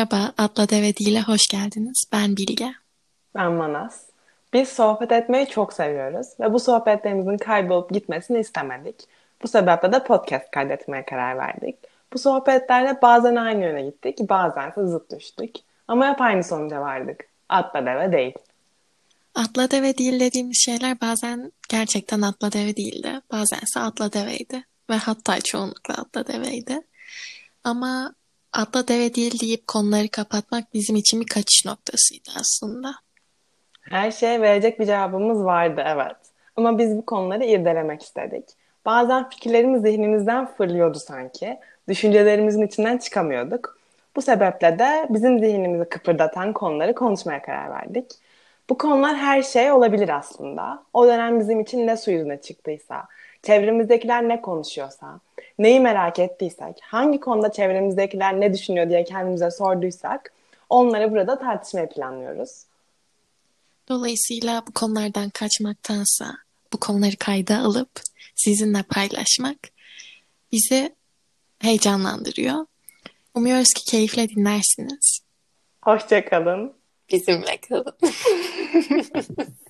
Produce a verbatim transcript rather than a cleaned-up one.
Merhaba, Atla Deve Değil'e hoş geldiniz. Ben Bilge. Ben Manas. Biz sohbet etmeyi çok seviyoruz ve bu sohbetlerimizin kaybolup gitmesini istemedik. Bu sebeple de podcast kaydetmeye karar verdik. Bu sohbetlerde bazen aynı yöne gittik, bazen ise zıt düştük. Ama hep aynı sonuca vardık. Atla deve değil. Atla Deve Değil dediğimiz şeyler bazen gerçekten Atla Deve değildi. Bazense Atla Deve'ydi. Ve hatta çoğunlukla Atla Deve'ydi. Ama Atla Deve Değil deyip konuları kapatmak bizim için bir kaçış noktasıydı aslında. Her şeye verecek bir cevabımız vardı, evet. Ama biz bu konuları irdelemek istedik. Bazen fikirlerimiz zihnimizden fırlıyordu sanki. Düşüncelerimizin içinden çıkamıyorduk. Bu sebeple de bizim zihnimizi kıpırdatan konuları konuşmaya karar verdik. Bu konular her şey olabilir aslında. O dönem bizim için ne su yüzüne çıktıysa, çevremizdekiler ne konuşuyorsa, neyi merak ettiysek, hangi konuda çevremizdekiler ne düşünüyor diye kendimize sorduysak, onları burada tartışmayı planlıyoruz. Dolayısıyla bu konulardan kaçmaktansa bu konuları kayda alıp sizinle paylaşmak bizi heyecanlandırıyor. Umuyoruz ki keyifle dinlersiniz. Hoşça kalın. Bizimle kalın.